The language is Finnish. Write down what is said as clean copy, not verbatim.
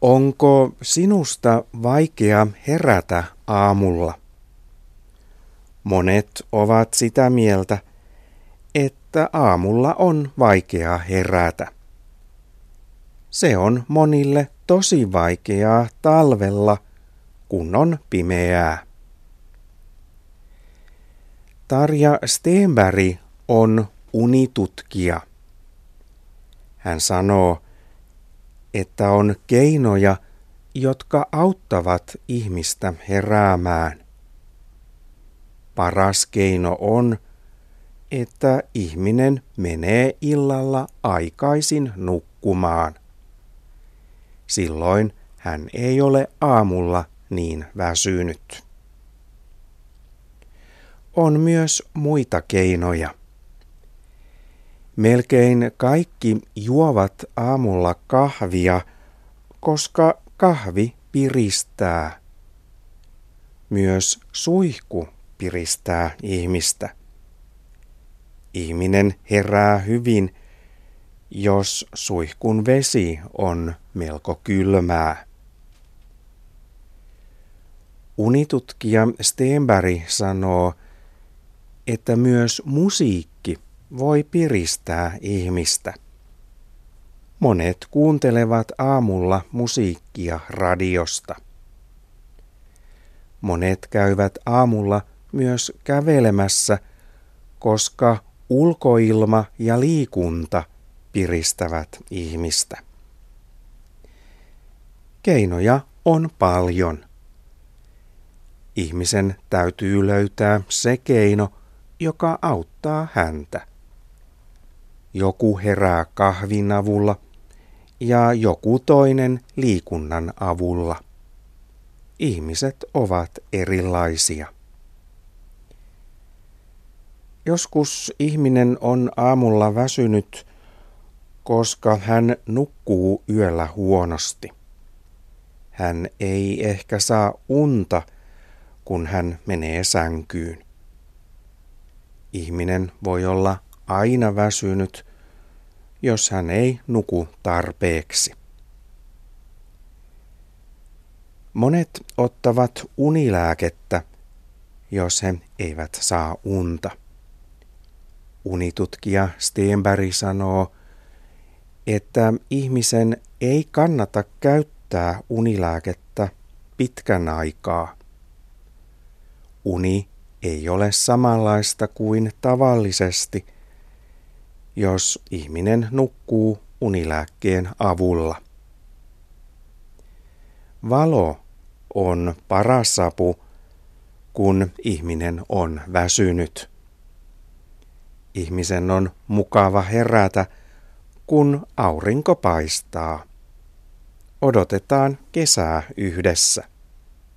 Onko sinusta vaikea herätä aamulla? Monet ovat sitä mieltä, että aamulla on vaikea herätä. Se on monille tosi vaikeaa talvella, kun on pimeää. Tarja Stenberg on unitutkija. Hän sanoo, että on keinoja, jotka auttavat ihmistä heräämään. Paras keino on, että ihminen menee illalla aikaisin nukkumaan. Silloin hän ei ole aamulla niin väsynyt. On myös muita keinoja. Melkein kaikki juovat aamulla kahvia, koska kahvi piristää. Myös suihku piristää ihmistä. Ihminen herää hyvin, jos suihkun vesi on melko kylmää. Unitutkija Stenberg sanoo, että myös musiikki voi piristää ihmistä. Monet kuuntelevat aamulla musiikkia radiosta. Monet käyvät aamulla myös kävelemässä, koska ulkoilma ja liikunta piristävät ihmistä. Keinoja on paljon. Ihmisen täytyy löytää se keino, joka auttaa häntä. Joku herää kahvin avulla ja joku toinen liikunnan avulla. Ihmiset ovat erilaisia. Joskus ihminen on aamulla väsynyt, koska hän nukkuu yöllä huonosti. Hän ei ehkä saa unta, kun hän menee sänkyyn. Ihminen voi olla aina väsynyt, jos hän ei nuku tarpeeksi. Monet ottavat unilääkettä, jos he eivät saa unta. Unitutkija Stenberg sanoo, että ihmisen ei kannata käyttää unilääkettä pitkän aikaa. Uni ei ole samanlaista kuin tavallisesti, jos ihminen nukkuu unilääkkeen avulla. Valo on paras apu, kun ihminen on väsynyt. Ihmisen on mukava herätä, kun aurinko paistaa. Odotetaan kesää yhdessä.